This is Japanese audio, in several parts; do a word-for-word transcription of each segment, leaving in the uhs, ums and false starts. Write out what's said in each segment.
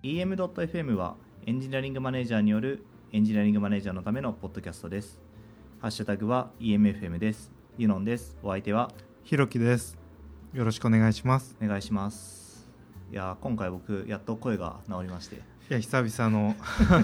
イーエムドットエフエム はエンジニアリングマネージャーによるエンジニアリングマネージャーのためのポッドキャストです。ハッシュタグは イーエムエフエム です。ユノンです。お相手はひろきです。よろしくお願いします。 お願いします。いや今回僕やっと声が治りまして、いや久々の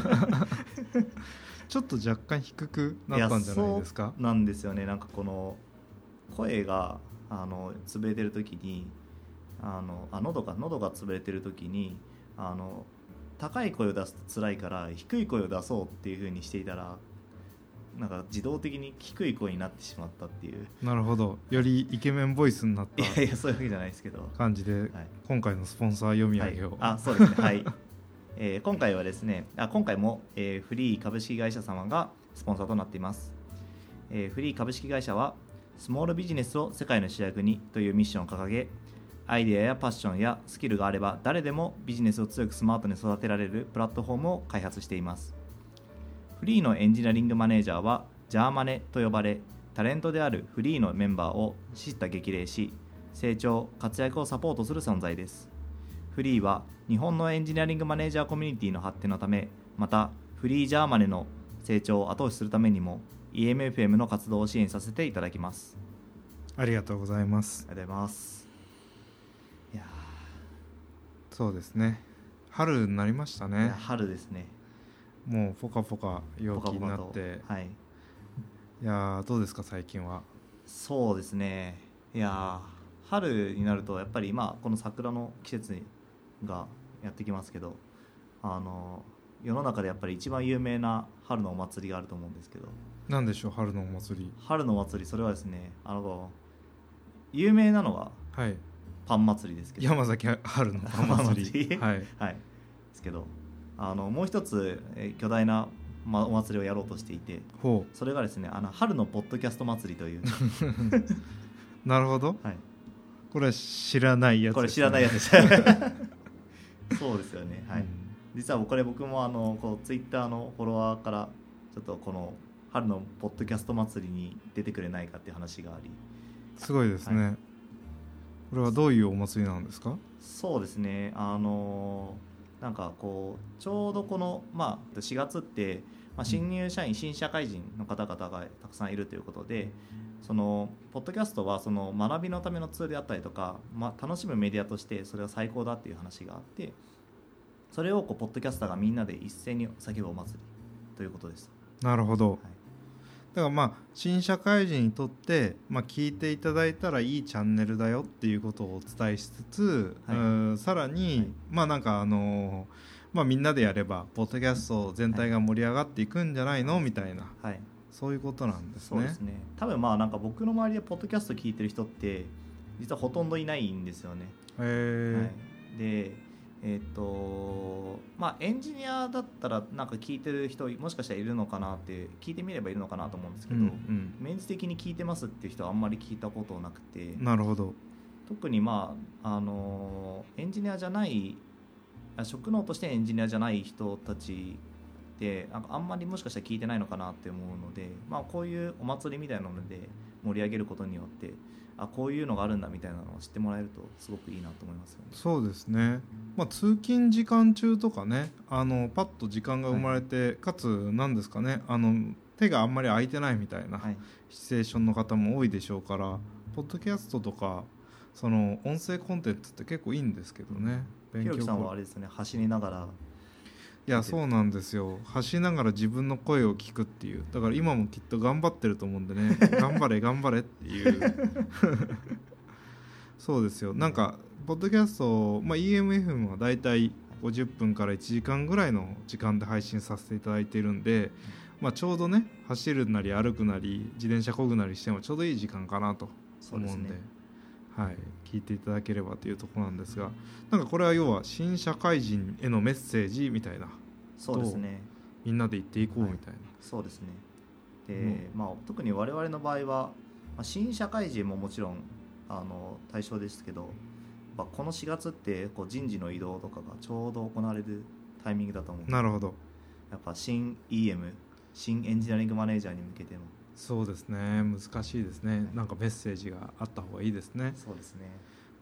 ちょっと若干低くなったんじゃないですか。 そうなんですよね。なんかこの声があの潰れてる時にあのあ喉が喉が潰れてる時にあの高い声を出すと辛いから低い声を出そうっていう風にしていたらなんか自動的に低い声になってしまったっていう。 なるほど、よりイケメンボイスになったいやいやそういうわけじゃないですけど感じで、はい、今回のスポンサー読み上げを、 はい、あそうですねはい、えー、今回はですねあ今回も、えー、フリー株式会社様がスポンサーとなっています。えー、フリー株式会社はスモールビジネスを世界の主役にというミッションを掲げ、アイデアやパッションやスキルがあれば誰でもビジネスを強くスマートに育てられるプラットフォームを開発しています。フリーのエンジニアリングマネージャーはジャーマネと呼ばれ、タレントであるフリーのメンバーを叱咤激励し、成長・活躍をサポートする存在です。フリーは日本のエンジニアリングマネージャーコミュニティの発展のため、またフリージャーマネの成長を後押しするためにも イーエムエフエム の活動を支援させていただきます。 ありがとうございます。 ありがとうございます。いやそうですね、春になりましたね。 いや春ですね。 もうポカポカ陽気になって、 はい、 いやどうですか最近は。 そうですね、いや春になるとやっぱり今この桜の季節がやってきますけど、あの世の中でやっぱり一番有名な春のお祭りがあると思うんですけど。 何でしょう春のお祭り。 春のお祭り、それはですね、あの有名なのはパン祭りですけど、 山崎春のパン祭りはい、 はい、ですけど、あのもう一つえ巨大な、ま、お祭りをやろうとしていて、 ほう、 それがですね、あの春のポッドキャスト祭りというなるほど、 はい、 これは知らないやつです、ね、 これ知らないやつですそうですよね、はい、うん、実はこれ僕もあのこうツイッターのフォロワーからちょっとこの春のポッドキャスト祭りに出てくれないかっていう話があり、 すごいですね、はい、これはどういうお祭りなんですか。 そうですね、あのなんかこうちょうどこの、まあ、しがつって、まあ、新入社員、うん、新社会人の方々がたくさんいるということで、そのポッドキャストはその学びのためのツールであったりとか、まあ、楽しむメディアとしてそれが最高だっていう話があって、それをこうポッドキャスターがみんなで一斉に叫ぶお祭りということです。 なるほど、はい、だからまあ新社会人にとって、まあ、聞いていただいたらいいチャンネルだよっていうことをお伝えしつつ、はい、さらに、はい、まあなんかあのまあみんなでやればポッドキャスト全体が盛り上がっていくんじゃないのみたいな、はい、そういうことなんですね。 そうですね。多分まあなんか僕の周りでポッドキャスト聞いてる人って実はほとんどいないんですよね。 へー、 はい、でえーとまあ、エンジニアだったらなんか聞いてる人もしかしたらいるのかなって聞いてみればいるのかなと思うんですけど、うんうん、メンズ的に聞いてますっていう人はあんまり聞いたことなくて。 なるほど。 特に、まあ、あのエンジニアじゃない職能としてエンジニアじゃない人たちでなんかあんまりもしかしたら聞いてないのかなって思うので、まあ、こういうお祭りみたいなので盛り上げることによってあこういうのがあるんだみたいなのを知ってもらえるとすごくいいなと思いますよね。 そうですね、まあ、通勤時間中とかね、あのパッと時間が生まれて、はい、かつ何ですかね、あの手があんまり空いてないみたいなシチュエーションの方も多いでしょうから、ポッドキャストとかその音声コンテンツって結構いいんですけどね。 ひろきさんはあれですね、走りながら。 いやそうなんですよ、走りながら自分の声を聞くっていう。だから今もきっと頑張ってると思うんでね頑張れ頑張れっていうそうですよ。なんかポッドキャスト、まあ、イーエムエフエム はだいたいごじゅっぷんからいちじかんぐらいの時間で配信させていただいているんで、まあ、ちょうどね走るなり歩くなり自転車漕ぐなりしてもちょうどいい時間かなと思うんで、そうですね、はい、聞いていただければというところなんですが、なんかこれは要は新社会人へのメッセージみたいな、 そうですね、 みんなで言っていこうみたいな、はい、 そうですね。で、まあ、特に我々の場合は、まあ、新社会人ももちろんあの対象ですけど、まあ、このしがつってこう人事の移動とかがちょうど行われるタイミングだと思う。 なるほど。 やっぱ新 イーエム 新エンジニアリングマネージャーに向けてもそうですね、難しいですね、はい、なんかメッセージがあった方がいいですね。 そうですね。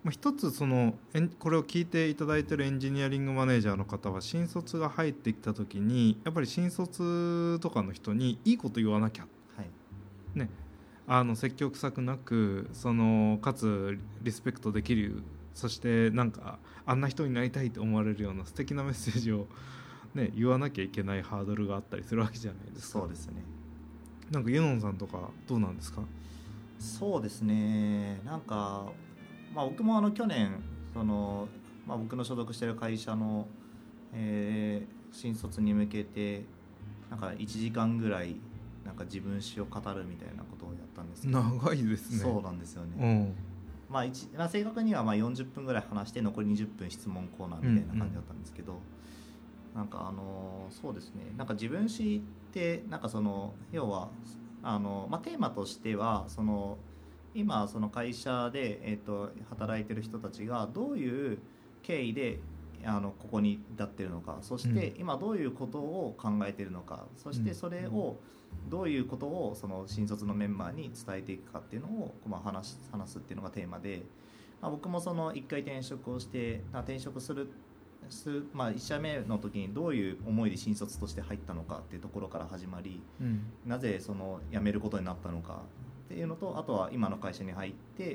まあ、一つそのこれを聞いていただいているエンジニアリングマネージャーの方は新卒が入ってきた時にやっぱり新卒とかの人にいいこと言わなきゃ、 はいね、あの積極臭くなくそのかつリスペクトできる、そしてなんかあんな人になりたいと思われるような素敵なメッセージを、ね、言わなきゃいけないハードルがあったりするわけじゃないですか。 そうですね。 なんかユノンさんとかどうなんですか？ そうですね、なんか、まあ、僕もあの去年その、まあ、僕の所属している会社の、えー新卒に向けてなんかいちじかんぐらいなんか自分史を語るみたいなことをやったんですけど。 長いですね。 そうなんですよね、 うんまあ一まあ、正確にはまあよんじゅっぷんぐらい話して残りにじゅっぷん質問コーナーみたいな感じだったんですけど、うんうん、なんかあのそうですね、なんか自分史ってなんかその要はあの、まあ、テーマとしてはその今その会社で、えー、と働いてる人たちがどういう経緯であのここに至っているのか、そして今どういうことを考えているのか、そしてそれをどういうことをその新卒のメンバーに伝えていくかっていうのを、まあ、話, 話すっていうのがテーマで、まあ、僕もそのいっかい転職をして転職するする、まあ、いち社目の時にどういう思いで新卒として入ったのかっていうところから始まり、 うん、 なぜその辞めることになったのかっていうのと、あとは今の会社に入って、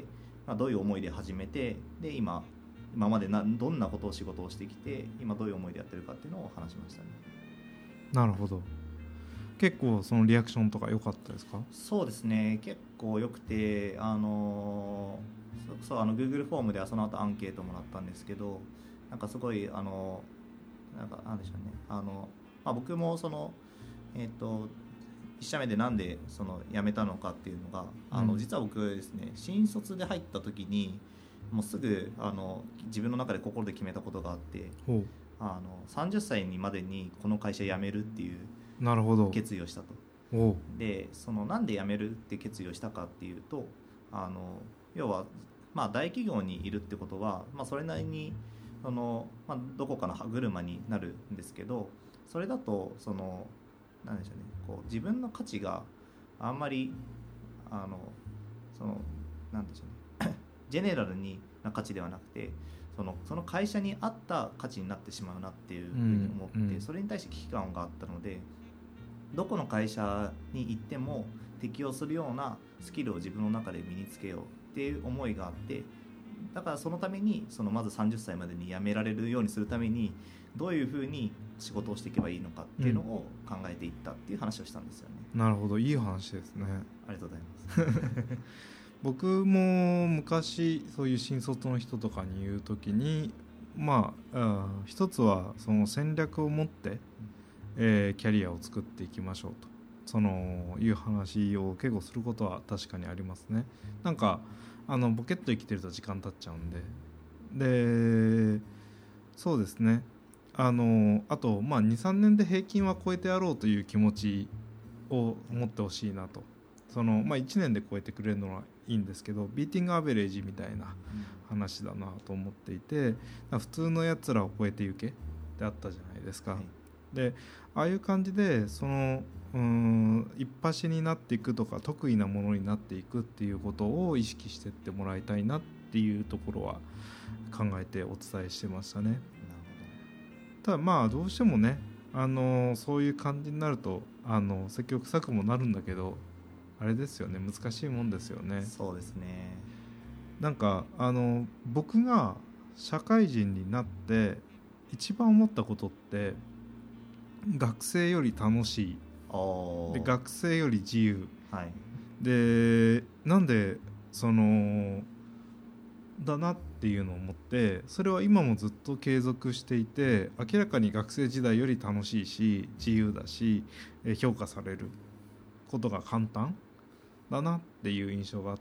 まあ、どういう思いで始めて、で今今までなどんなことを仕事をしてきて今どういう思いでやってるかっていうのを話しましたね。 なるほど。結構そのリアクションとか良かったですか？ そうですね、結構良くて、あのそそうあの Google フォームではその後アンケートもらったんですけど、なんかすごいあのなんかなんでしょうね、あの、まあ、僕もそのえっ、ー、といち社目でなんでその辞めたのかっていうのが、あの実は僕ですね、新卒で入った時にもうすぐあの自分の中で心で決めたことがあって、あのさんじゅっさいにまでにこの会社辞めるっていう決意をしたと。 おでそのなんで辞めるって決意をしたかっていうと、あの要は、まあ、大企業にいるってことは、まあ、それなりにその、まあ、どこかの歯車になるんですけど、それだとそのなんでしょうね、こう自分の価値があんまりあのそのなんでしょうねジェネラルな価値ではなくて、そのその会社に合った価値になってしまうなっていうふうに思って、うんうん、それに対して危機感があったので、どこの会社に行っても適応するようなスキルを自分の中で身につけようっていう思いがあって、だからそのためにそのまずさんじゅっさいまでに辞められるようにするためにどういうふうに仕事をしていけばいいのかっていうのを考えていったっていう話をしたんですよね、 うん、なるほど、いい話ですね。 ありがとうございます僕も昔そういう新卒の人とかに言うときに、まあ一つはその戦略を持って、えー、キャリアを作っていきましょうと、そのいう話を結構することは確かにありますね。なんかあのボケっと生きてると時間経っちゃうんで、でそうですね、あのあと、まあ、にさんねんで平均は超えてやろうという気持ちを持ってほしいなと。その、まあ、いちねんで超えてくれるのはいいんですけど、ビーティングアベレージみたいな話だなと思っていて、普通のやつらを超えてゆけってあったじゃないですか、はい、でああいう感じでそのうーん一発になっていくとか得意なものになっていくっていうことを意識していってもらいたいなっていうところは考えてお伝えしてましたね。なるほど。ただまあどうしてもね、あのそういう感じになるとあの積極臭くもなるんだけど、あれですよね、難しいもんですよね。 そうですね。 なんかあの僕が社会人になって一番思ったことって、学生より楽しいで学生より自由、はい、でなんでそのだなっていうのを思って、それは今もずっと継続していて、明らかに学生時代より楽しいし自由だし評価されることが簡単だなっていう印象があって、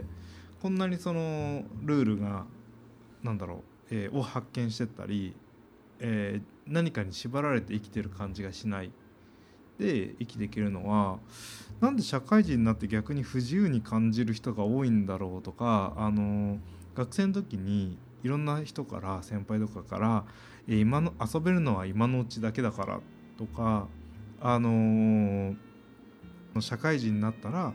こんなにそのルールがなんだろう、えー、を発見してったり、えー、何かに縛られて生きてる感じがしないで生きていけるのは、なんで社会人になって逆に不自由に感じる人が多いんだろうとか、あの学生の時にいろんな人から先輩とかから、えー、今の遊べるのは今のうちだけだからとか、あのー、社会人になったら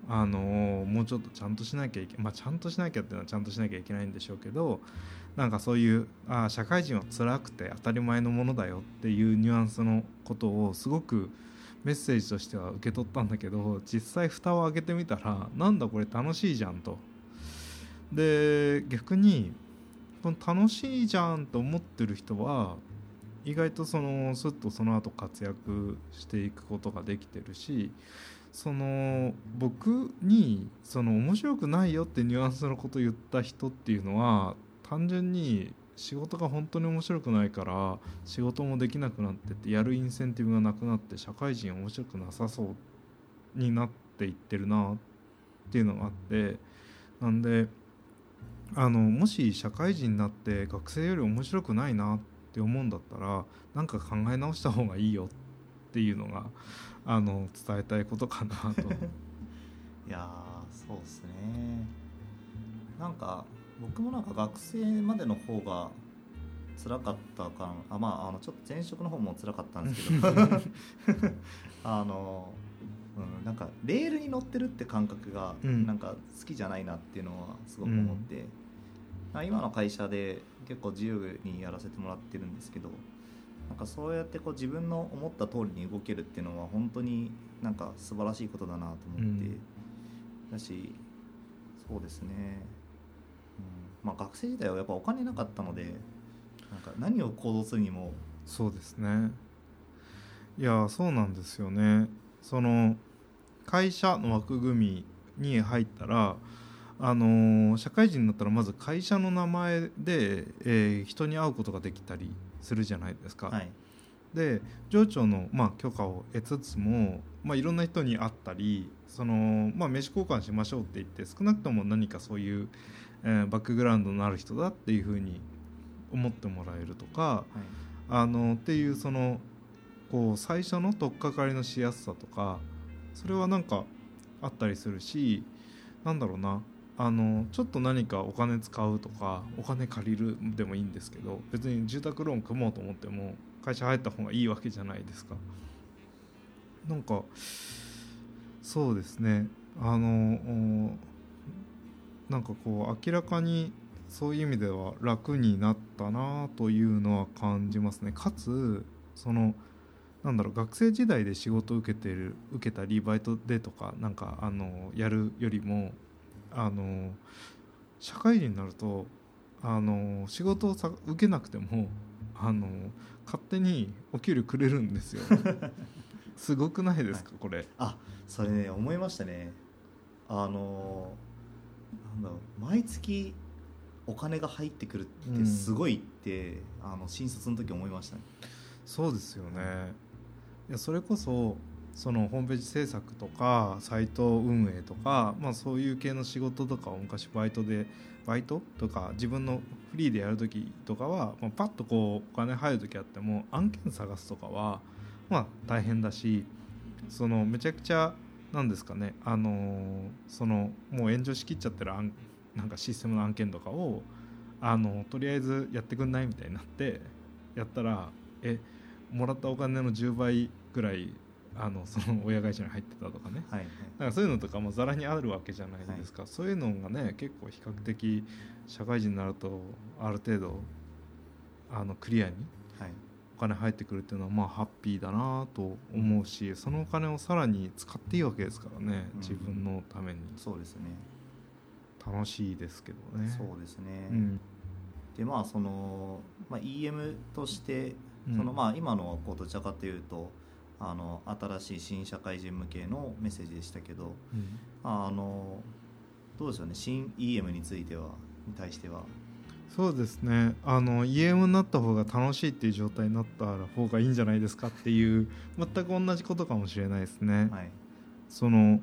あのもうちょっとちゃんとしなきゃいけまあちゃんとしなきゃっていうのはちゃんとしなきゃいけないんでしょうけど、なんかそういうあ社会人は辛くて当たり前のものだよっていうニュアンスのことをすごくメッセージとしては受け取ったんだけど、実際蓋を開けてみたらなんだこれ楽しいじゃんと。で逆にこの楽しいじゃんと思ってる人は意外とそのスッとその後活躍していくことができてるし、その僕にその面白くないよってニュアンスのことを言った人っていうのは単純に仕事が本当に面白くないから仕事もできなくなってってやるインセンティブがなくなって社会人面白くなさそうになっていってるなっていうのがあって、なんであのもし社会人になって学生より面白くないなって思うんだったらなんか考え直した方がいいよっていうのがあの伝えたいことかなといやーそうですね。なんか僕もなんか学生までの方が辛かったかなあ、まあ、あのちょっと前職の方も辛かったんですけどあの、うん、なんかレールに乗ってるって感覚がなんか好きじゃないなっていうのはすごく思って、うん、今の会社で結構自由にやらせてもらってるんですけど、なんかそうやってこう自分の思った通りに動けるっていうのは本当になんか素晴らしいことだなと思って、うん、だしそうですね、うん、まあ学生時代はやっぱお金なかったのでなんか何を行動するにもそうですね。いやそうなんですよね。その会社の枠組みに入ったらあのー、社会人になったらまず会社の名前で、えー、人に会うことができたりするじゃないですか、 はい、 で上長の、まあ、許可を得つつも、まあ、いろんな人に会ったりその、まあ、名刺交換しましょうって言って少なくとも何かそういう、えー、バックグラウンドのある人だっていうふうに思ってもらえるとか、はい、あのっていうそのこう最初の取っかかりのしやすさとかそれはなんかあったりするし、なんだろうなあのちょっと何かお金使うとかお金借りるでもいいんですけど、別に住宅ローン組もうと思っても会社入った方がいいわけじゃないですか。なんかそうですね、あのなんかこう明らかにそういう意味では楽になったなというのは感じますね。かつそのなんだろう学生時代で仕事を受けてる受けたりバイトでとかなんかあのやるよりもあの社会人になるとあの仕事をさ受けなくてもあの勝手にお給料くれるんですよすごくないですか、はい、これ。 あ、それね思いましたね。あのなんだろう毎月お金が入ってくるってすごいって、うん、あの新卒の時思いましたね。 そうですよね。いやそれこそそのホームページ制作とかサイト運営とか、まあ、そういう系の仕事とかを昔バイトでバイトとか自分のフリーでやるときとかは、まあ、パッとこうお金入るときあっても案件探すとかはまあ大変だし、そのめちゃくちゃなんですかね、あのー、そのもう炎上しきっちゃってる案なんかシステムの案件とかをあのとりあえずやってくんないみたいになってやったらえもらったお金のじゅうばいぐらいあのその親会社に入ってたとかね、はいはい、だからそういうのとかもざらにあるわけじゃないですか、はい、そういうのがね結構比較的社会人になるとある程度あのクリアにお金入ってくるっていうのはまあハッピーだなと思うし、そのお金をさらに使っていいわけですからね、うん、自分のために。 そうですね、 楽しいですけどね。 そうですね、うん、でまあその、まあ、イーエム としてそのまあ今のはこうどちらかというとあの新しい新社会人向けのメッセージでしたけど、うん、あのどうでしょうね、新 イーエム についてはに対しては。 そうですね、あの イーエム になった方が楽しいっていう状態になった方がいいんじゃないですかっていう全く同じことかもしれないですね、はい、その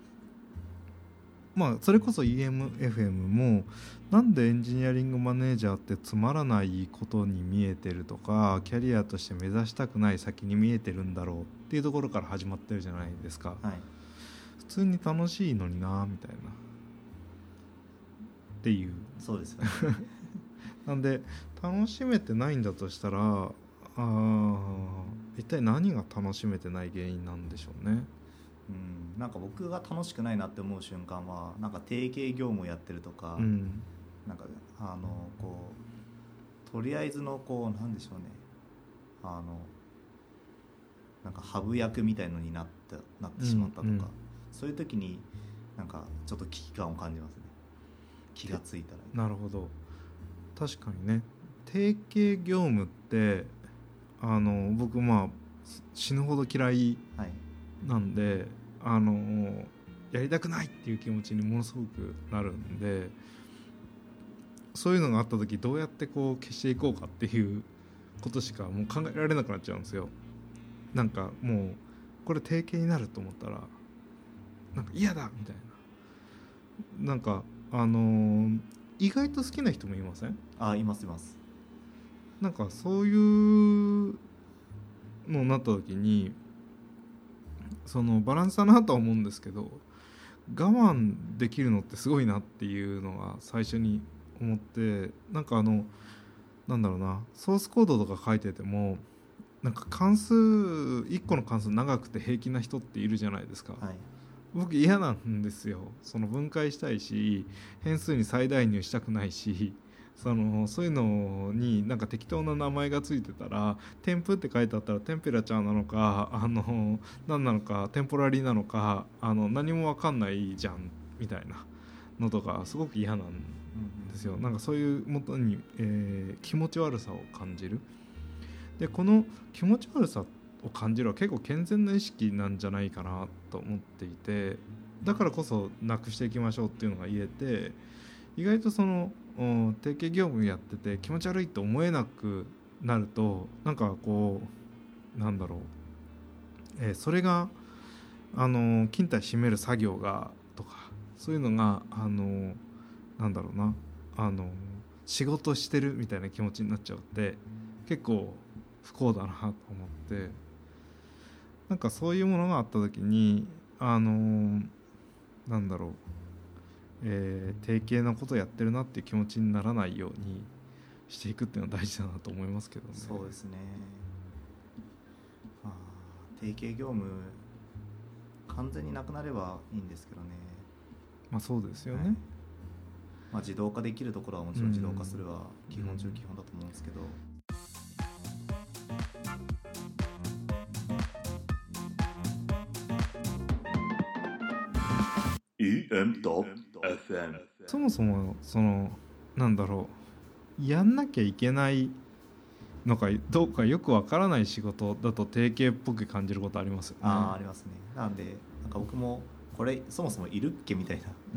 まあそれこそ イーエムエフエム もなんでエンジニアリングマネージャーってつまらないことに見えてるとかキャリアとして目指したくない先に見えてるんだろうっていうところから始まってるじゃないですか、はい、普通に楽しいのになみたいなっていう。 そうですよねなんで楽しめてないんだとしたらあ一体何が楽しめてない原因なんでしょうね。 うんなんか僕が楽しくないなって思う瞬間はなんか定型業務をやってるとか、 うん、 なんかあのこうとりあえずのこうなんでしょうね、あのなんかハブ役みたいのになってなってしまったとか、うんうん、そういう時になんかちょっと危機感を感じますね。気がついたら。 なるほど。確かにね、定型業務ってあの僕まあ死ぬほど嫌いなんで、はい、あのやりたくないっていう気持ちにものすごくなるんで、そういうのがあった時どうやってこう消していこうかっていうことしかもう考えられなくなっちゃうんですよ。なんかもうこれ定型になると思ったらなんか嫌だみたいな、なんかあのー、意外と好きな人もいません？ あ、いますいます。 なんかそういうのになった時にそのバランスだなとは思うんですけど、我慢できるのってすごいなっていうのが最初に思って、なんかあのなんだろうな、ソースコードとか書いててもなんか関数いっこの関数長くて平気な人っているじゃないですか、 はい、 僕嫌なんですよ。その分解したいし変数に再代入したくないし、そのそういうのになんか適当な名前がついてたら添付って書いてあったらテンペラチャーなのかあの何なのかテンポラリーなのかあの何も分かんないじゃんみたいなのとかすごく嫌なんですよ。なんかそういうもとに、えー、気持ち悪さを感じる。でこの気持ち悪さを感じるは結構健全な意識なんじゃないかなと思っていて、だからこそなくしていきましょうっていうのが言えて、意外とその定型業務やってて気持ち悪いと思えなくなると、なんかこうなんだろう、えー、それがあの勤怠締める作業がとかそういうのがあのなんだろうなあの仕事してるみたいな気持ちになっちゃうって結構不幸だなと思って、なんかそういうものがあった時にあのなんだろう、えー、定型なことやってるなっていう気持ちにならないようにしていくっていうのは大事だなと思いますけどね。 そうですね。あ、定型業務完全になくなればいいんですけどね。 まあそうですよね、はい。 まあ、自動化できるところはもちろん自動化するは基本中基本だと思うんですけど、 イーエム と エフエム そもそもそのなんだろう、やんなきゃいけないのかどうかよくわからない仕事だと定型っぽく感じることありますよね。 ああ、ありますね。なんでなんか僕もこれそもそもいるっけみたいな、 うん、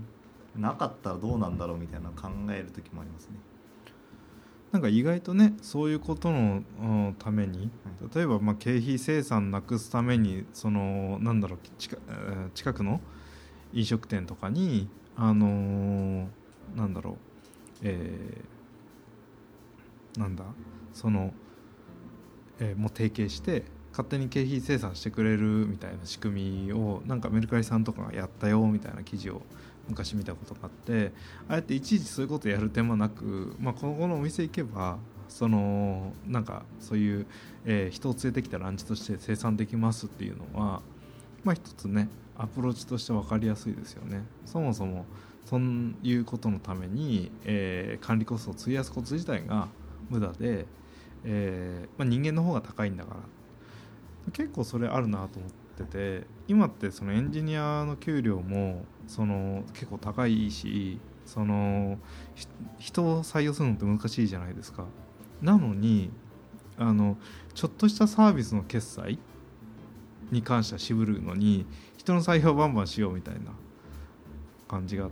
なかったらどうなんだろうみたいな考える時もありますね。 なんか意外とねそういうことのために、例えばまあ経費生産なくすためにそのなんだろう 近, 近くの飲食店とかにあのー、なんだろう、えー、なんだその、えー、もう提携して勝手に経費生産してくれるみたいな仕組みをなんかメルカリさんとかがやったよみたいな記事を昔見たことがあって、ああやっていちいちそういうことやる手間なく、まあ、ここのお店行けばそのなんかそういう、えー、人を連れてきたランチとして生産できますっていうのは、まあ、一つねアプローチとして分かりやすいですよね。そもそもそういうことのために、えー、管理コストを費やすこと自体が無駄で、えーまあ、人間の方が高いんだから結構それあるなと思ってて、今ってそのエンジニアの給料もその結構高いし、その人を採用するのって難しいじゃないですか。なのにあのちょっとしたサービスの決済に関しては渋るのに人の採用バンバンしようみたいな感じがあって、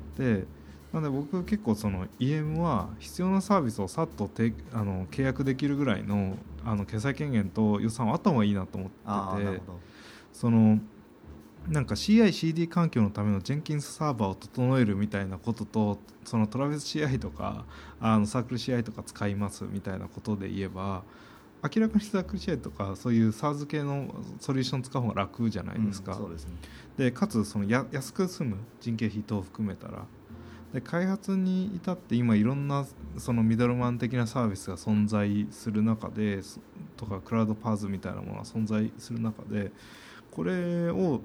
なので僕結構その イーエム は必要なサービスをさっとてあの契約できるぐらいのあの決済権限と予算はあった方がいいなと思ってて、そのなんか シーアイシーディー 環境のためのジェンキンスサーバーを整えるみたいなことと、そのトラビス シーアイ とかあのサークル シーアイ とか使いますみたいなことで言えば、明らかにサークル シーアイ とかそういう サーズ 系のソリューション使う方が楽じゃないですか、 うん、そうですね。 でかつそのや安く済む人件費等を含めたら、で開発に至って今いろんなそのミドルマン的なサービスが存在する中でとかクラウドパーズみたいなものが存在する中で、これを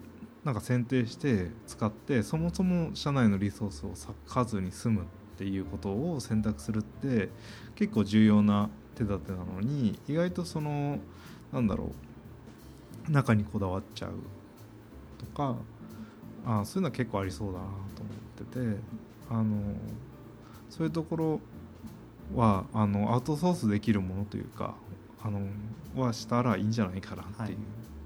なんか選定して使って、そもそも社内のリソースを割かずに済むっていうことを選択するって結構重要な手立てなのに、意外とそのなんだろう中にこだわっちゃうとか、あそういうのは結構ありそうだなと思ってて、あのそういうところはあのアウトソースできるものというか、あのはしたらいいんじゃないかなっていう、はい、なる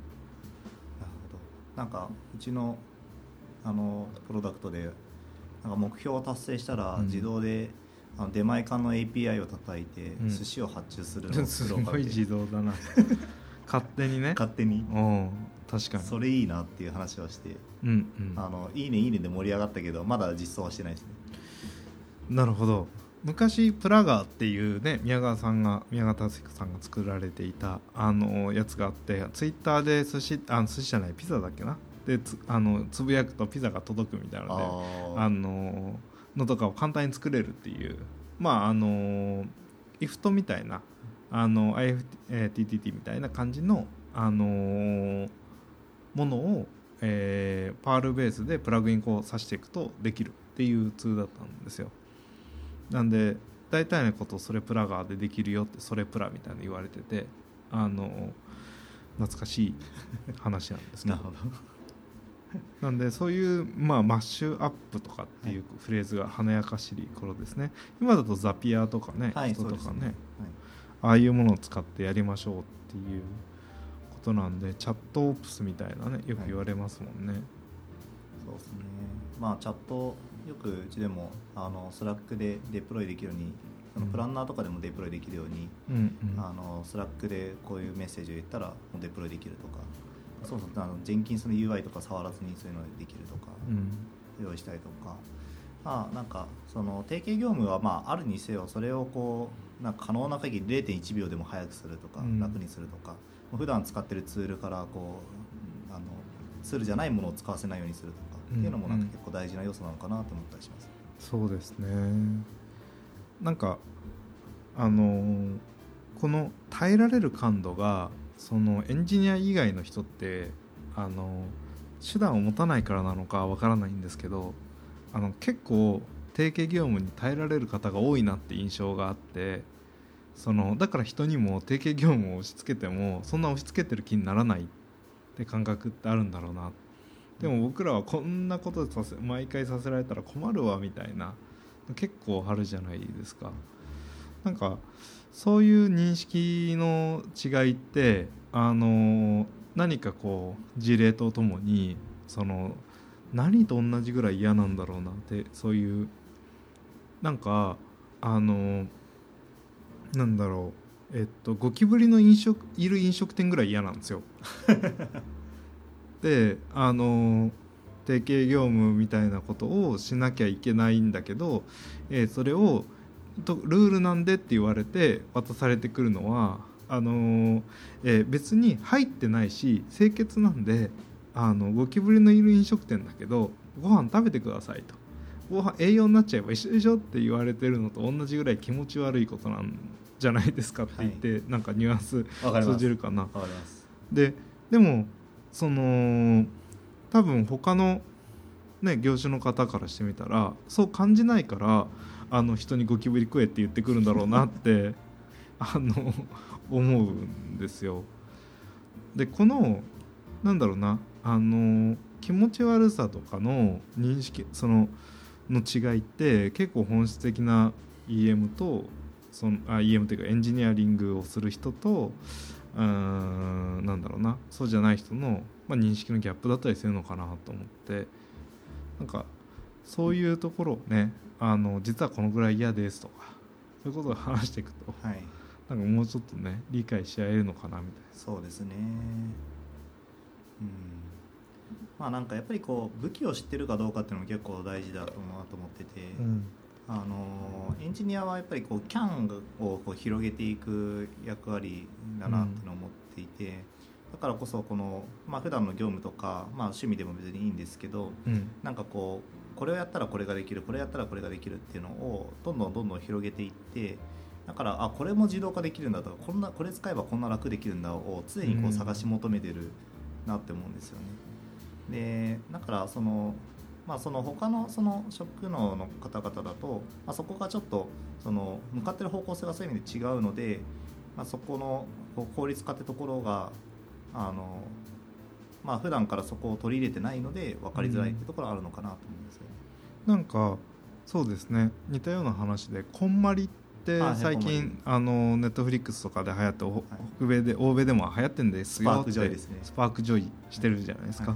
ほど。なんかうちのあのプロダクトでなんか目標を達成したら自動で、うん、あの出前館の エーピーアイ を叩いて寿司を発注するのをすごい自動だな勝手にね、 勝手に、 うん、確かにそれいいなっていう話をして、 うんうん、 あのいいねいいねで盛り上がったけどまだ実装はしてないですね。 なるほど。昔プラガーっていうね、宮川さんが宮川達彦さんが作られていたあのやつがあって、ツイッターで寿司あ寿司じゃないピザだっけなでつあのつぶやくとピザが届くみたいなので、ああののとかを簡単に作れるっていう、まああの イフト みたいなあの アイエフティーティーティー みたいな感じのあのものを、えー、パールベースでプラグインこう挿していくとできるっていうツールだったんですよ。なんで大体のことをそれプラガーでできるよってそれプラみたいな言われてて、あの懐かしい話なんですけどなるほどなんでそういう、まあ、マッシュアップとかっていうフレーズが華やかしり頃ですね。今だとザピアとかね、 はい、 人とかね、 はい、 ああいうものを使ってやりましょうっていうことなんで、チャットオプスみたいなねよく言われますもんね、はい、 そうですね。まあチャットよくうちでもあのスラックでデプロイできるように、そのプランナーとかでもデプロイできるように、うんうん、あのスラックでこういうメッセージを言ったらもうデプロイできるとか、そうそうあのジェンキンスの ユーアイ とか触らずにそういうのでできるとか、うん、用意したりとか、まあ、なんかその定型業務はまああるにせよ、それをこうなんか可能な限り れいてんいちびょうでも早くするとか、うん、楽にするとか、普段使ってるツールからこうあのツールじゃないものを使わせないようにするとか、うん、っていうのもなんか結構大事な要素なのかなと思ったりします。 そうですね。なんかあのこの耐えられる感度がそのエンジニア以外の人ってあの手段を持たないからなのかわからないんですけど、あの結構定型業務に耐えられる方が多いなって印象があって、そのだから人にも定型業務を押し付けてもそんな押し付けてる気にならないって感覚ってあるんだろうな。でも僕らはこんなことさせ毎回させられたら困るわみたいな結構あるじゃないですか。なんかそういう認識の違いってあの何かこう事例とともにその何と同じぐらい嫌なんだろうなって、そういうなんかあのなんだろうえっとゴキブリの飲食いる飲食店ぐらい嫌なんですよであの定型業務みたいなことをしなきゃいけないんだけど、えー、それをとルールなんでって言われて渡されてくるのはあのーえー、別に入ってないし清潔なんで、あのゴキブリのいる飲食店だけどご飯食べてくださいと、ご飯栄養になっちゃえば一緒でしょって言われてるのと同じぐらい気持ち悪いことなんじゃないですかって言って、はい、なんかニュアンス通じるかな。 わかります。 ででもその多分他の、ね、業種の方からしてみたらそう感じないからあの人にゴキブリ食えって言ってくるんだろうなってあの思うんですよ。でこのなんだろうなあの気持ち悪さとかの認識そのの違いって結構本質的な イーエム とそのあ イーエム というかエンジニアリングをする人とうーんなんだろうなそうじゃない人の、まあ、認識のギャップだったりするのかなと思って、なんかそういうところをねあの実はこのぐらい嫌ですとかそういうことを話していくと、はい、なんかもうちょっとね理解し合えるのかなみたいな。 そうですね。うんまあなんかやっぱりこう武器を知ってるかどうかっていうのも結構大事だと思うと思ってて、うん、あのエンジニアはやっぱりこう キャン をこう広げていく役割だなっていうのを思っていて、うん、だからこそこの、まあ、普段の業務とか、まあ、趣味でも別にいいんですけど、うん、なんかこうこれをやったらこれができるこれやったらこれができるっていうのをどんどんどんどん広げていって、だからあこれも自動化できるんだとかこんなこれ使えばこんな楽できるんだを常にこう探し求めてるなって思うんですよね。 でだからそのまあ、その他のその職能の方々だと、まあ、そこがちょっとその向かってる方向性がそういう意味で違うので、まあ、そこのこう効率化ってところがあの、まあ普段からそこを取り入れてないので分かりづらいってところがあるのかなと思うんですよね。 うん、なんかそうですね、似たような話でこんまりって最近あのネットフリックスとかで流行って、はい、北米で欧米でも流行ってるんですよって、スパークジョイですね。スパークジョイしてるじゃないですか、はい、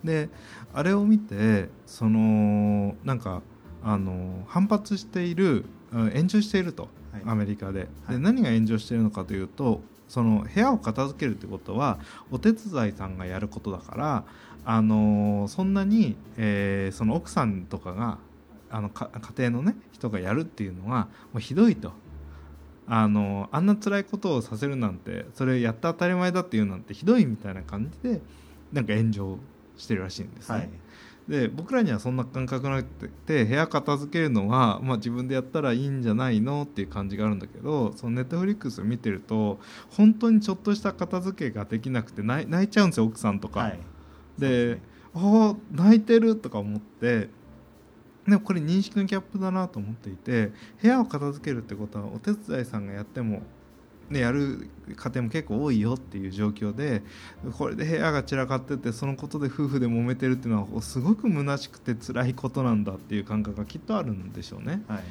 であれを見てそのなんかあの反発している炎上していると、はい、アメリカで、で、はい、何が炎上しているのかというと、その部屋を片付けるってことはお手伝いさんがやることだから、あのそんなに、えー、その奥さんとかがあのか家庭のね人がやるっていうのはもうひどいと、あのあんな辛いことをさせるなんて、それやった当たり前だっていうなんてひどいみたいな感じでなんか炎上してるらしいんですね、はい、で僕らにはそんな感覚なくて、部屋片付けるのは、まあ、自分でやったらいいんじゃないのっていう感じがあるんだけど、そのネットフリックスを見てると本当にちょっとした片付けができなくて泣い、泣いちゃうんですよ、奥さんとか、はい、で、ね、ああ泣いてるとか思って、でもこれ認識のギャップだなと思っていて、部屋を片付けるってことはお手伝いさんがやっても、ね、やる家庭も結構多いよっていう状況で、これで部屋が散らかっててそのことで夫婦で揉めてるっていうのはすごく虚しくて辛いことなんだっていう感覚がきっとあるんでしょうね、はい、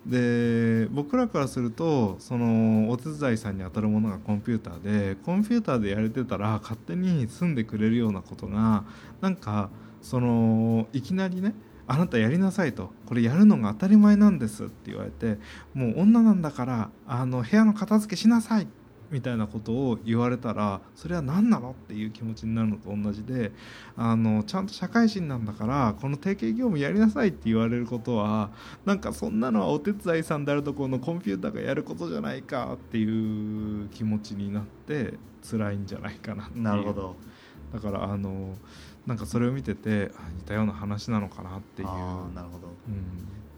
で僕らからするとそのお手伝いさんに当たるものがコンピューターで、コンピューターでやれてたら勝手に済んでくれるようなことがなんかそのいきなりね、あなたやりなさいと、これやるのが当たり前なんですって言われて、もう女なんだからあの部屋の片付けしなさいみたいなことを言われたら、それは何なのっていう気持ちになるのと同じで、あのちゃんと社会人なんだからこの定型業務やりなさいって言われることは、なんかそんなのはお手伝いさんであるところのコンピューターがやることじゃないかっていう気持ちになって辛いんじゃないかなっていう。 なるほど。 だからあのなんかそれを見てて似たような話なのかなっていう。 あ、なるほど、うん、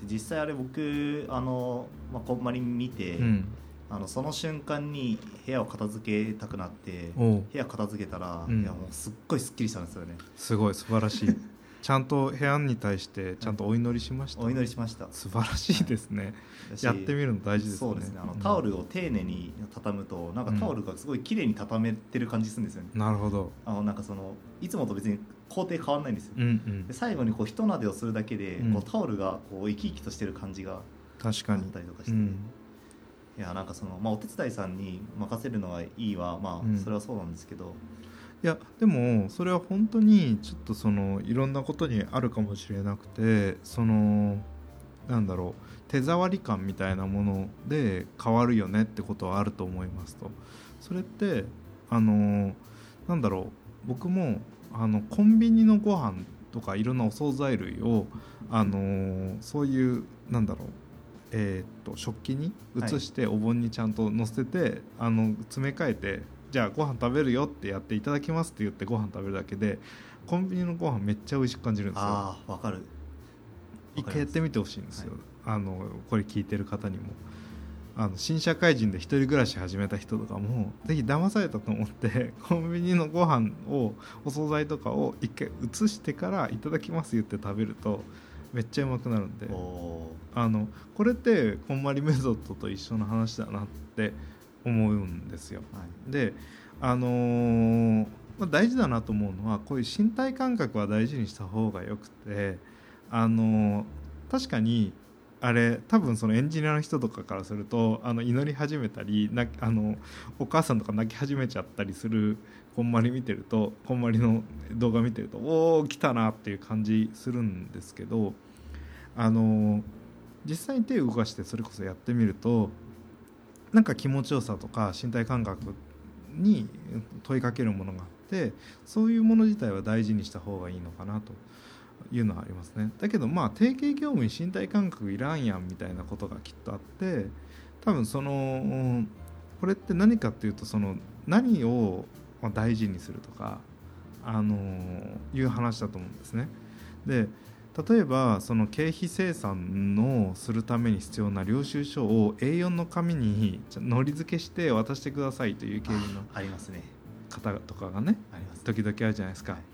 実際あれ僕あの、まあ、こんまり見て、うん、あのその瞬間に部屋を片付けたくなって部屋片付けたら、うん、いやもうすっごいすっきりしたんですよね。 すごい素晴らしいちゃんと部屋に対してちゃんとお祈りしました、 お祈りしました。 素晴らしいですね、はい、やってみるの大事ですね。 そうですね、あのタオルを丁寧に畳むとなんかタオルがすごい綺麗に畳めてる感じするんですよね、 うん、なるほど。 あのなんかそのいつもと別に工程変わらないんですよ、うんうん、で最後にこう一撫でをするだけで、うん、こうタオルがこう生き生きとしてる感じが確かにあったりとかして、うん、いやなんかその、まあ、お手伝いさんに任せるのはいいわ、まあ、それはそうなんですけど、うん、 いやでもそれは本当にちょっとそのいろんなことにあるかもしれなくて、そのなんだろう、手触り感みたいなもので変わるよねってことはあると思いますと。それってあのなんだろう、僕もあのコンビニのご飯とかいろんなお惣菜類をあのそういうなんだろう、えー、っと食器に移してお盆にちゃんと乗せて、はい、あの詰め替えて、じゃあご飯食べるよってやっていただきますって言ってご飯食べるだけでコンビニのご飯めっちゃ美味しく感じるんですよ。 ああ、わかる。 一回やってみてほしいんですよ、はい、あのこれ聞いてる方にも。あの新社会人で一人暮らし始めた人とかもぜひ騙されたと思ってコンビニのご飯をお惣菜とかを一回移してからいただきます言って食べるとめっちゃうまくなるんで、あのこれってこんまりメソッドと一緒の話だなって思うんですよ、はい、であのーまあ、大事だなと思うのはこういう身体感覚は大事にした方がよくて、あのー、確かにあれ多分そのエンジニアの人とかからするとあの祈り始めたりなあのお母さんとか泣き始めちゃったりするこんまり見てるとこんまりの動画見てるとおー来たなっていう感じするんですけど、あの実際に手を動かしてそれこそやってみるとなんか気持ちよさとか身体感覚に問いかけるものがあってそういうもの自体は大事にした方がいいのかなというのはありますね。だけどまあ定型業務に身体感覚いらんやんみたいなことがきっとあって多分そのこれって何かっていうとその何を大事にするとかあのいう話だと思うんですね。で例えばその経費精算のするために必要な領収書を エーよん の紙にのり付けして渡してくださいという経理の方とかがね時々あるじゃないですか、はい。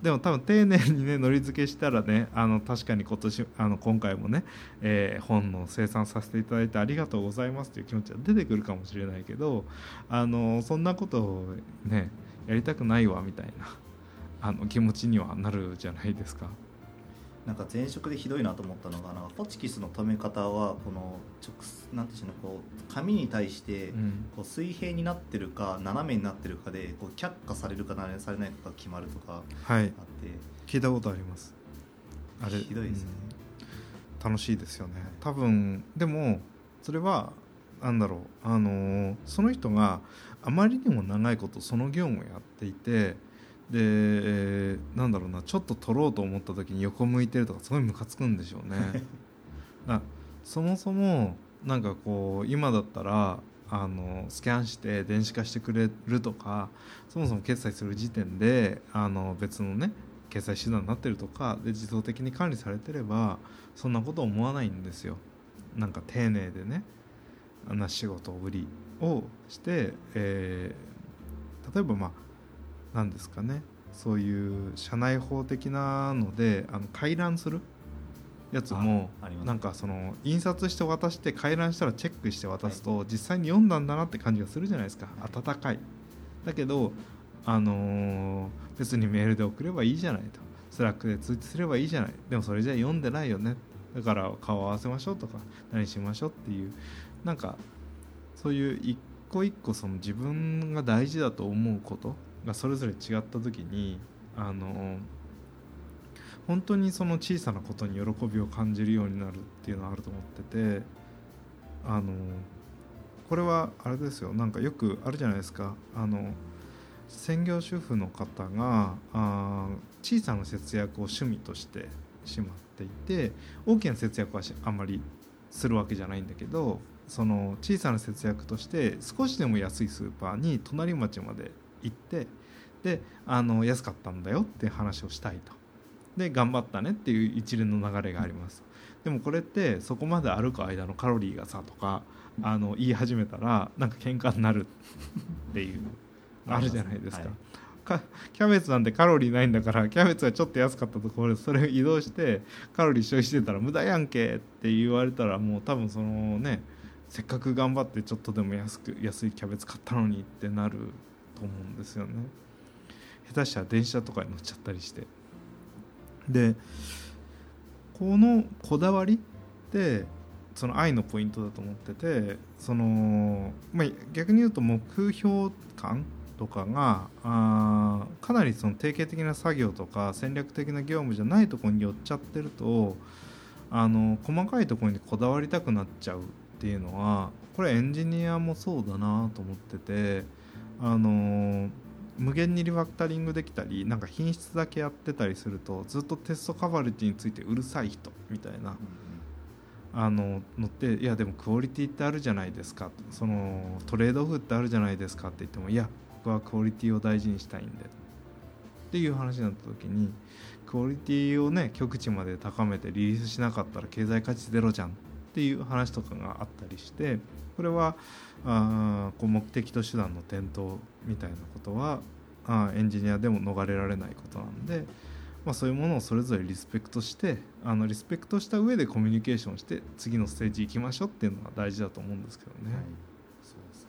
でも多分丁寧にねのり付けしたらね、あの確かに今年あの今回もね、えー、本の生産させていただいてありがとうございますという気持ちは出てくるかもしれないけど、あのそんなことをねやりたくないわみたいなあの気持ちにはなるじゃないですか。 なんか前職でひどいなと思ったのが、なんかホチキスの留め方はこの直なんていうの、こう紙に対してこう水平になってるか斜めになってるかでこう却下されるかされないかが決まるとかあって、はい、 聞いたことあります。 あれひどいですね、 うん、楽しいですよね多分。でもそれはなんだろう、あのー、その人があまりにも長いことその業務をやっていて、でなんだろうな、ちょっと取ろうと思った時に横向いてるとかすごいムカつくんでしょうねなそもそもなんかこう今だったらあのスキャンして電子化してくれるとか、そもそも決済する時点であの別のね決済手段になってるとかで自動的に管理されてればそんなこと思わないんですよ。なんか丁寧でねあんな仕事ぶりをして、えー、例えばまあなんですかね、そういう社内法的なのであの回覧するやつもなんかその印刷して渡して回覧したらチェックして渡すと実際に読んだんだなって感じがするじゃないですか。温かいだけど、あのー、別にメールで送ればいいじゃないと、スラックで通知すればいいじゃない、でもそれじゃ読んでないよね、だから顔を合わせましょうとか何しましょうっていう、なんかそういう一個一個その自分が大事だと思うことがそれぞれ違った時に、あの本当にその小さなことに喜びを感じるようになるっていうのはあると思ってて、あのこれはあれですよ、なんかよくあるじゃないですか、あの専業主婦の方があ小さな節約を趣味としてしまっていて、大きな節約はあんまりするわけじゃないんだけど、その小さな節約として少しでも安いスーパーに隣町まで行って、であの安かったんだよって話をしたいと、で頑張ったねっていう一連の流れがあります。でもこれってそこまで歩く間のカロリーがさとかあの言い始めたらなんか喧嘩になるっていうあるじゃないですか、はい、かキャベツなんてカロリーないんだから、キャベツはちょっと安かったところでそれを移動してカロリー消費してたら無駄やんけって言われたら、もう多分そのねせっかく頑張ってちょっとでも安く安いキャベツ買ったのにってなると思うんですよね。下手したら電車とかに乗っちゃったりして、でこのこだわりってその愛のポイントだと思ってて、その、まあ、逆に言うと目標感とかがあかなりその定型的な作業とか戦略的な業務じゃないところに寄っちゃってると、あの細かいところにこだわりたくなっちゃうっていうのは、これエンジニアもそうだなと思ってて、あの無限にリファクタリングできたりなんか品質だけやってたりすると、ずっとテストカバリティについてうるさい人みたいな、うん、あののって、いやでもクオリティってあるじゃないですか、そのトレードオフってあるじゃないですかって言っても、いや僕はクオリティを大事にしたいんでっていう話になった時に、クオリティをね極致まで高めてリリースしなかったら経済価値ゼロじゃんっていう話とかがあったりして、これはあこう目的と手段の転倒みたいなことはあエンジニアでも逃れられないことなんで、まあ、そういうものをそれぞれリスペクトしてあのリスペクトした上でコミュニケーションして次のステージ行きましょうっていうのが大事だと思うんですけどね、はい、 そうですね。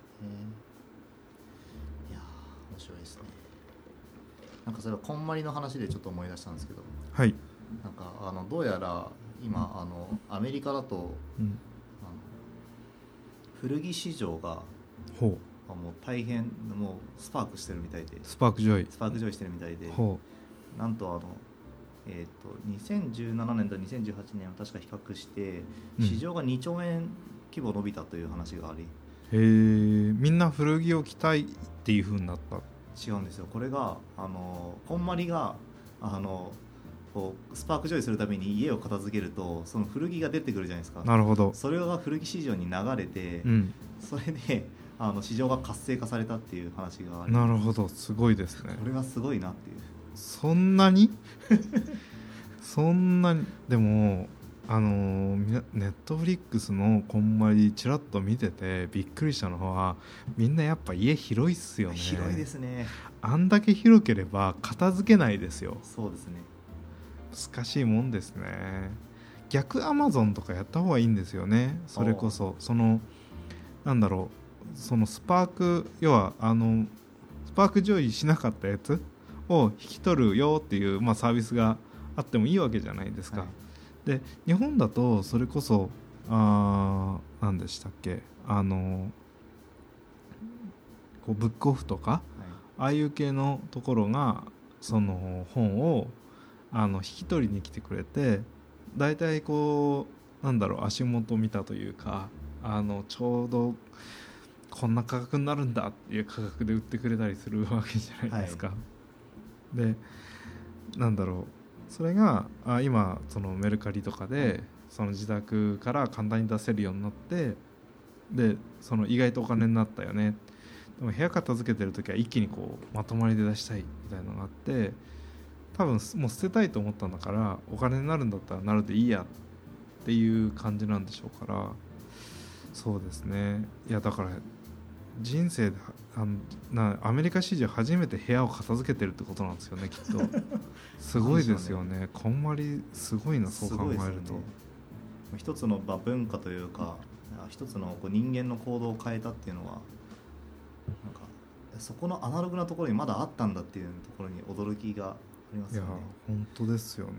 いや面白いですね。なんかそれはこんまりの話でちょっと思い出したんですけど、 はい、 なんかあのどうやら今、うん、あのアメリカだと、うん、あの古着市場がほうもう大変もうスパークしてるみたいで、 スパークジョイスパークジョイしてるみたいで、 ほうなんとあの、えー、とにせんじゅうななねんとにせんじゅうはちねんを確か比較して市場がにちょうえん規模伸びたという話があり、 うん、へえ、みんな古着を着たいっていう風になった。 違うんですよ。これがあのこんまりがあのこうスパークジョイするために家を片付けるとその古着が出てくるじゃないですか。 なるほど。 それが古着市場に流れて、うん、それであの市場が活性化されたっていう話がある。 なるほど、すごいですね。 これがすごいなっていう。 そんなにそんなにでもあのー、ネットフリックスのこんまりちらっと見ててびっくりしたのは、みんなやっぱ家広いっすよね。 広いですね。 あんだけ広ければ片付けないですよ。 そうですね。 難しいもんですね。逆アマゾンとかやった方がいいんですよね。それこそそのなんだろう、そのスパーク、要はあのスパークジョイしなかったやつを引き取るよっていう、まあ、サービスがあってもいいわけじゃないですか、はい、で日本だとそれこそあ何でしたっけ、あのこうブックオフとか、はい、ああいう系のところがその本をあの引き取りに来てくれて、だいたいこうなんだろう、足元見たというか、あのちょうどこんな価格になるんだっていう価格で売ってくれたりするわけじゃないですか、はい、でなんだろう、それがあ今そのメルカリとかでその自宅から簡単に出せるようになって、でその意外とお金になったよね、でも部屋片付けてる時は一気にこうまとまりで出したいみたいなのがあって、多分もう捨てたいと思ったんだから、お金になるんだったらなるでいいやっていう感じなんでしょうから、そうですね。いやだから人生であのなアメリカ史上初めて部屋を片付けてるってことなんですよね、きっと。すごいですよね。こんまりすごいな、そう考えると、ね、 一つの文化というか、一つのこう人間の行動を変えたっていうのは、なんかそこのアナログなところにまだあったんだっていうところに驚きがありますよね。 いや本当ですよね。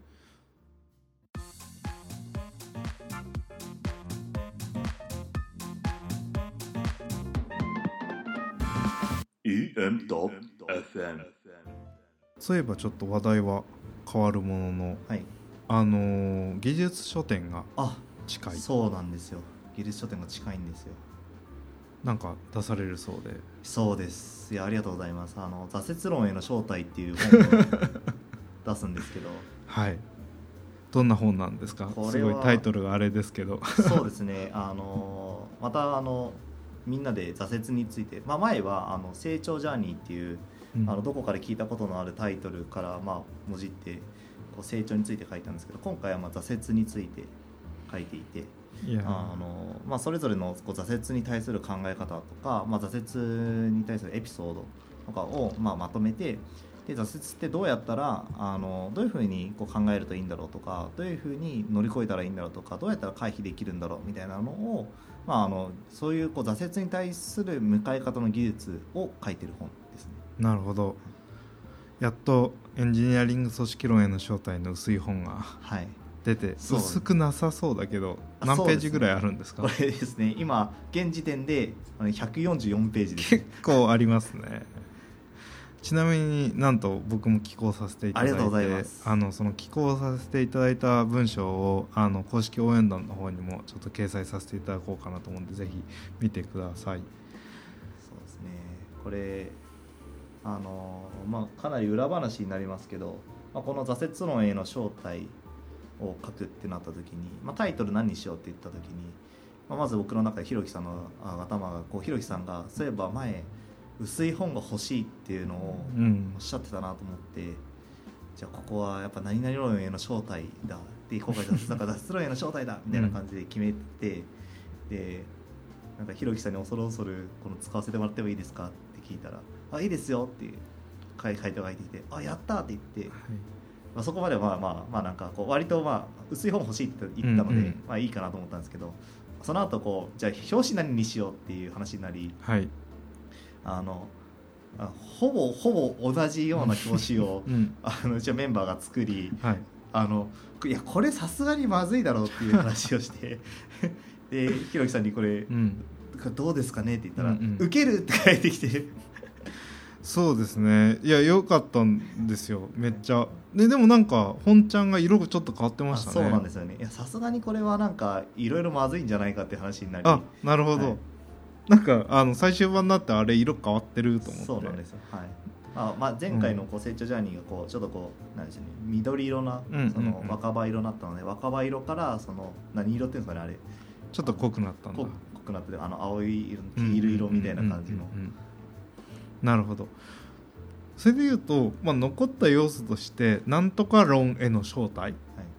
イーエム エフエム。 そういえばちょっと話題は変わるものの、はい、あのー、技術書店が近い。 そうなんですよ。技術書店が近いんですよ。 なんか出されるそうで。 そうです。いやありがとうございます。あの挫折論への正体っていう本を出すんですけどはい、どんな本なんですか。すごいタイトルがあれですけどそうですね、あのまたあのみんなで挫折について、まあ、前はあの成長ジャーニーっていう、うん、あのどこかで聞いたことのあるタイトルから、まあ、もじってこう成長について書いたんですけど、今回はまあ挫折について書いていて、あのまあ、それぞれのこう挫折に対する考え方とか、まあ、挫折に対するエピソードとかをまあまとめて、で挫折ってどうやったらあのどういうふうにこう考えるといいんだろうとか、どういうふうに乗り越えたらいいんだろうとか、どうやったら回避できるんだろうみたいなのを、まあ、あのそういうこう挫折に対する向かい方の技術を書いてる本ですね。 なるほど。やっとエンジニアリング組織論への正体の薄い本が出て、はい、薄くなさそうだけど何ページぐらいあるんですか。 これですね、今現時点でひゃくよんじゅうよんページです、 ね、結構ありますね。ちなみになんと僕も寄稿させていただいて、 ありがとうございます。 あのその寄稿させていただいた文章をあの公式応援団の方にもちょっと掲載させていただこうかなと思うんで、ぜひ見てください。 そうですね、これあの、まあ、かなり裏話になりますけど、まあ、この挫折論への正体を書くってなった時に、まあ、タイトル何にしようって言った時に、まあ、まず僕の中でひろきさんの頭がこうひろきさんがそういえば前薄い本が欲しいっていうのをおっしゃってたなと思って、うん、じゃあここはやっぱ何々論への正体だって今回挫折論への正体だみたいな感じで決めて、うん、でなんかひろきさんに恐る恐るこの使わせてもらってもいいですかって聞いたら、あいいですよっていう回答が入ってきて、あやったって言って、はい、まあ、そこまではまあまあまあなんかこう割とまあ薄い本欲しいって言ったので、うんうん、まあいいかなと思ったんですけど、その後こうじゃあ表紙何にしようっていう話になり、 はい、 あのほぼほぼ同じような表紙を、うん、あのうちはメンバーが作り、はい、あのいやこれさすがにまずいだろうっていう話をしてでひろきさんにこれ、うん、どうですかねって言ったら、うんうん、受けるって書いてきてそうですね、いや良かったんですよめっちゃ。ででもなんか本ちゃんが色がちょっと変わってましたね。 そうなんですよね。いやさすがにこれはなんかいろいろまずいんじゃないかって話になり、 あなるほど、はい、なんかあの最終版になってあれ色変わってると思って。 そうなんですよ、はい。あまあ、前回のこう成長ジャーニーがこうちょっとこうなんでしょうね、緑色なその若葉色になったので、若葉色からその何色っていうんですかね、あれちょっと濃くなったんだ。 濃くなってあの青い色黄色色みたいな感じの。 なるほど。それでいうと、まあ、残った要素としてなんとか論への正体っ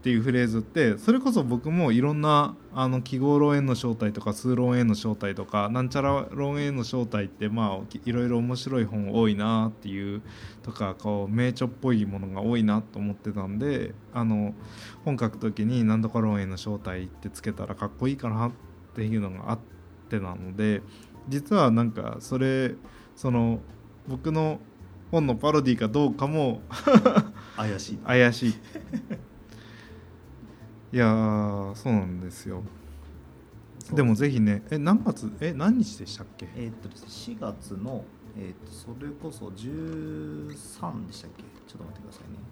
っていうフレーズってそれこそ僕もいろんなあの記号論への正体とか数論への正体とかなんちゃら論への正体ってまあいろいろ面白い本多いなっていうとかこう名著っぽいものが多いなと思ってたんであの本書く時に何とか論への正体ってつけたらかっこいいかなっていうのがあってなので実はなんかそれその僕の本のパロディかどうかも怪しい怪しいいやーそうなんですよ。でもぜひねえ何月え何日でしたっけ。 えーっとですねしがつの、えーっとそれこそじゅうさんでしたっけ。ちょっと待ってくださいね。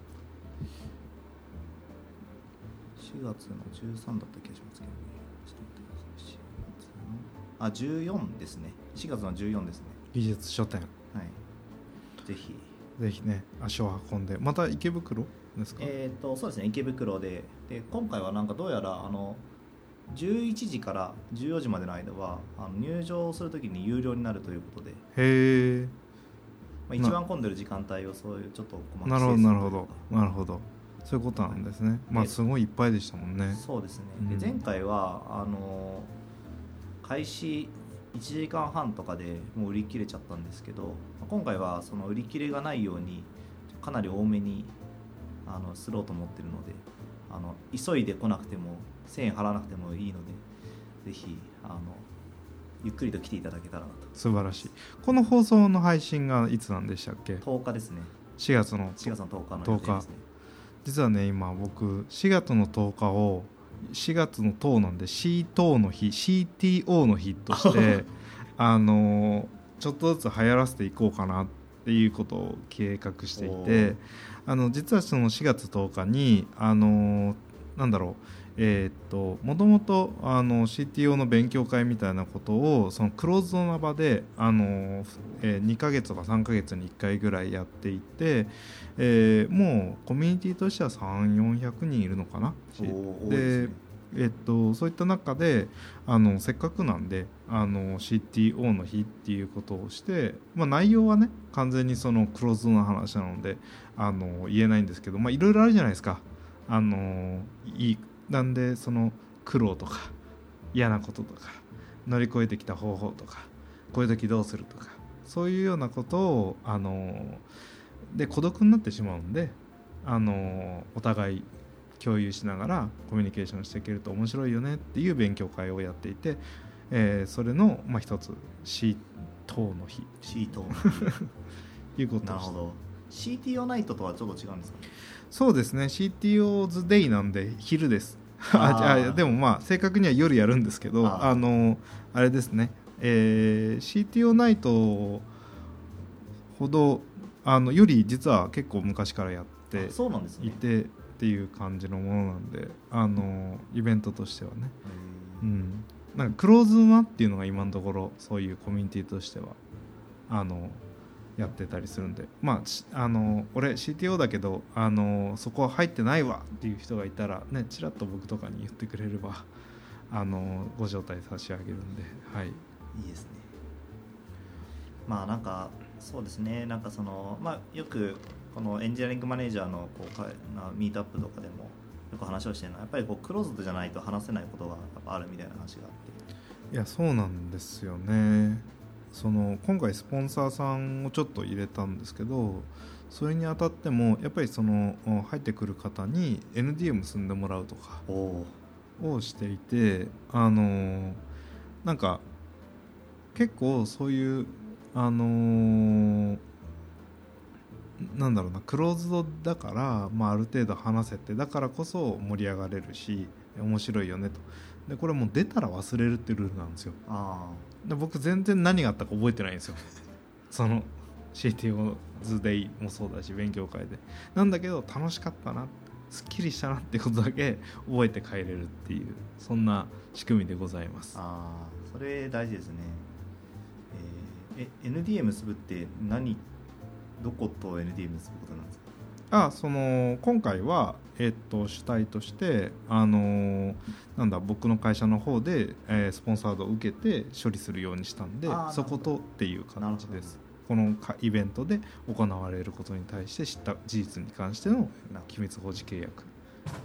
しがつのじゅうさんだった気がしますけどね。ちょっと待ってください。しがつのあじゅうよんですね。しがつのじゅうよんですね。 美術書店はいぜひぜひね足を運んでまた池袋ですか。 えーっとそうですね池袋でで今回はなんかどうやらあのじゅういちじからじゅうよじまでの間はあの入場するときに有料になるということで、 へえまあ、一番混んでる時間帯をそういうちょっとこうなるほどなるほどどなるほどそういうことなんですね。まあすごいいっぱいでしたもんね。 そうですね、 うんで前回はあの開始いちじかんはんとかでもう売り切れちゃったんですけど今回はその売り切れがないようにかなり多めにあのすろうと思ってるのであの急いで来なくてもせんえん払わなくてもいいのでぜひあのゆっくりと来ていただけたらなと。 素晴らしい。この放送の配信がいつなんでしたっけ。 とおかですね。 しがつのしがつのとおかの予定ですね。 実はね今僕しがつのとおかをしがつのとおなんで シートー の日 シーティーオー の日としてあのちょっとずつ流行らせていこうかなっていうことを計画していてあの実はそのしがつとおかにあのなんだろうえー、っともともとあの シーティーオー の勉強会みたいなことをそのクローズドな場であの、えー、にかげつとかさんかげつにいっかいぐらいやっていて、えー、もうコミュニティとしてはさんびゃくよんひゃくにんいるのかな。でえっと、そういった中であのせっかくなんであの シーティーオー の日っていうことをして、まあ、内容はね完全にそのクローズドな話なのであの言えないんですけど、まあ、いろいろあるじゃないですか。あのいいなんでその苦労とか嫌なこととか乗り越えてきた方法とかこういう時どうするとかそういうようなことをあので孤独になってしまうんであのお互い共有しながらコミュニケーションしていけると面白いよねっていう勉強会をやっていて、えー、それの、まあ、一つシートーの日シートーの日いうことでした。 なるほど。 シーティーオー ナイトとはちょっと違うんですかね。 そうですね シーティーオー ズデイなんで昼ですああでもまあ正確には夜やるんですけどああのあれですね、えー、シーティーオー ナイトほどあのより実は結構昔からやってそうなんですねいてっていう感じのものなんであのイベントとしてはね、うん、なんかクローズマっていうのが今のところそういうコミュニティとしてはあのやってたりするんでまああの俺 シーティーオー だけどあのそこは入ってないわっていう人がいたらねちらっと僕とかに言ってくれればあのご招待差し上げるんではいいいですね。まあなんかそうですねなんかそのまあよくこのエンジニアリングマネージャーのこうかなミートアップとかでもよく話をしてるのはやっぱりこうクローズドじゃないと話せないことがやっぱあるみたいな話があって。 いやそうなんですよね。その今回スポンサーさんをちょっと入れたんですけどそれにあたってもやっぱりその入ってくる方に エヌディーエム 積んでもらうとかをしていてあのなんか結構そういうあのなんだろうなクローズドだから、まあ、ある程度話せてだからこそ盛り上がれるし面白いよねと。でこれもう出たら忘れるってルールなんですよ。 あで僕全然何があったか覚えてないんですよその シーティーオー ズデイもそうだし勉強会でなんだけど楽しかったなすっきりしたなってことだけ覚えて帰れるっていうそんな仕組みでございます。 あそれ大事ですね。えー、え エヌディーエム 結ぶって何どこと エヌディーエム 結ぶことなんですか。 あその今回は、えっと、主体としてあのー、なんだ僕の会社の方で、えー、スポンサードを受けて処理するようにしたんでそことっていう形です。このイベントで行われることに対して知った事実に関しての機密保持契約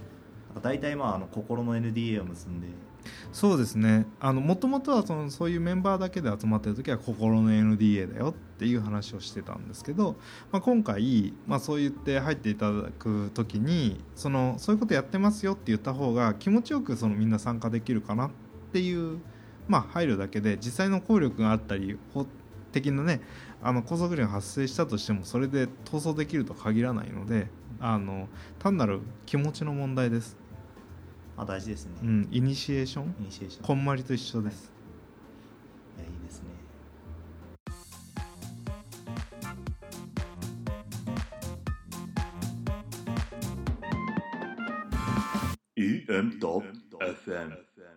なんか大体まああの心の エヌディーエー を結んで、 そうですね、もともとはそのそういうメンバーだけで集まってる時は心の エヌディーエー だよっていう話をしてたんですけど、まあ、今回、まあ、そう言って入っていただく時にそのそういうことやってますよって言った方が気持ちよくそのみんな参加できるかなっていう、まあ、配慮だけで、実際の効力があったり法的なねあの拘束力が発生したとしてもそれで逃走できるとは限らないので、あの単なる気持ちの問題です。 あ、大事ですね、 うん、イニシエーションイニシエーション、 こんまりと一緒です。 いや、いいですね。イーエム と エフエム。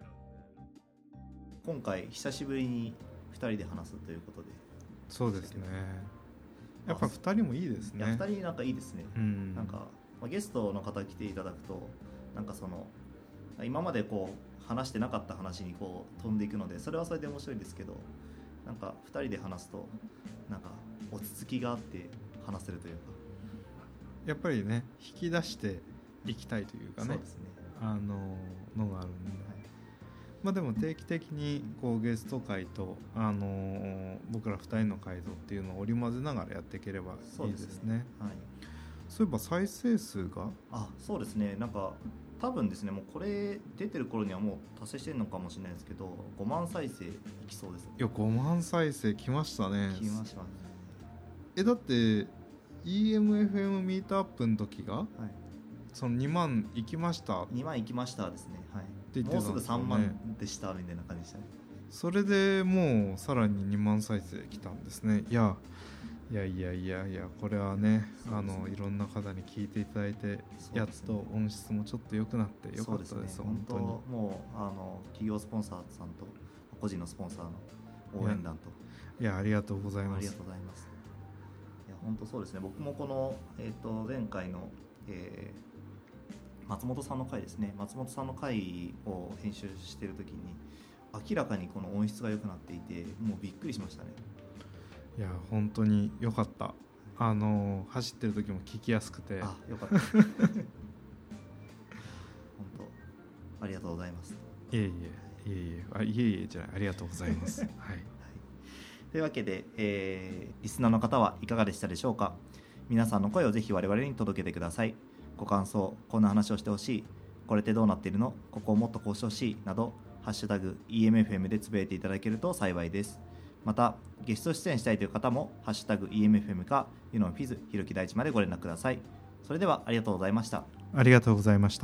今回久しぶりにふたりで話すということで。 そうですね、やっぱふたりもいいですね。 いやふたりなんかいいですね、 うん、 なんか、まあ、ゲストの方来ていただくとなんかその今までこう話してなかった話にこう飛んでいくので、それはそれで面白いんですけど、なんかふたりで話すとなんか落ち着きがあって話せるというか、 やっぱりね引き出していきたいというかね、 そうですね、 あののがあるんで、はい、まあでも定期的にこうゲスト会と、あのー、僕らふたりの会場っていうのを織り交ぜながらやっていければいいですね。はい、そういえば再生数があ、そうですね、なんか多分ですね、もうこれ出てる頃にはもう達成してるのかもしれないですけど、ごまん再生いきそうです、ね、 いやごまん再生きましたね。 きましたね。 えだって イーエムエフエム ミートアップの時が、はい、そのにまんいきましたにまんいきましたですね、はい、 って言ってたんですよね。 もうすぐさんまんでしたみたいな感じでしたね。 それでもうさらににまん再生きたんですね。いやいやいやいやいや、これはね、あのいろんな方に聞いていただいて、やっと音質もちょっと良くなってよかったです。そうですね、本当にもうあの企業スポンサーさんと個人のスポンサーの応援団と、 いや、いやありがとうございます。 ありがとうございます。いや本当そうですね、僕もこの、えー、と前回の、えー、松本さんの回ですね、松本さんの回を編集しているときに明らかにこの音質が良くなっていて、もうびっくりしましたね。 いや本当に良かった。あの走ってる時も聞きやすくて、 あ、よかった本当ありがとうございます。 いえいえいえいえあいえいえじゃない、ありがとうございます、はい、はい、 というわけで、えー、リスナーの方はいかがでしたでしょうか。皆さんの声をぜひ我々に届けてください。ご感想、こんな話をしてほしい、これってどうなっているの、ここをもっとこうしてほしいなど、ハッシュタグ イーエムエフエム でつぶやいていただけると幸いです。またゲスト出演したいという方もハッシュタグ イーエムエフエム かユノンフィズひろき大地までご連絡ください。それではありがとうございました。 ありがとうございました。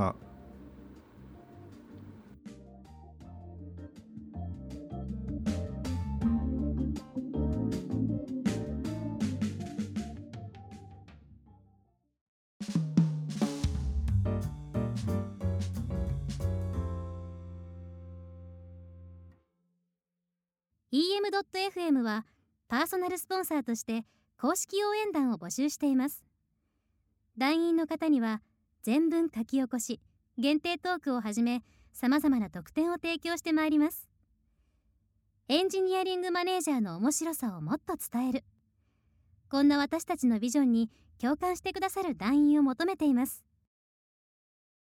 イーエムドットエフエム はパーソナルスポンサーとして公式応援団を募集しています。団員の方には全文書き起こし、限定トークをはじめさまざまな特典を提供してまいります。エンジニアリングマネージャーの面白さをもっと伝える、こんな私たちのビジョンに共感してくださる団員を求めています。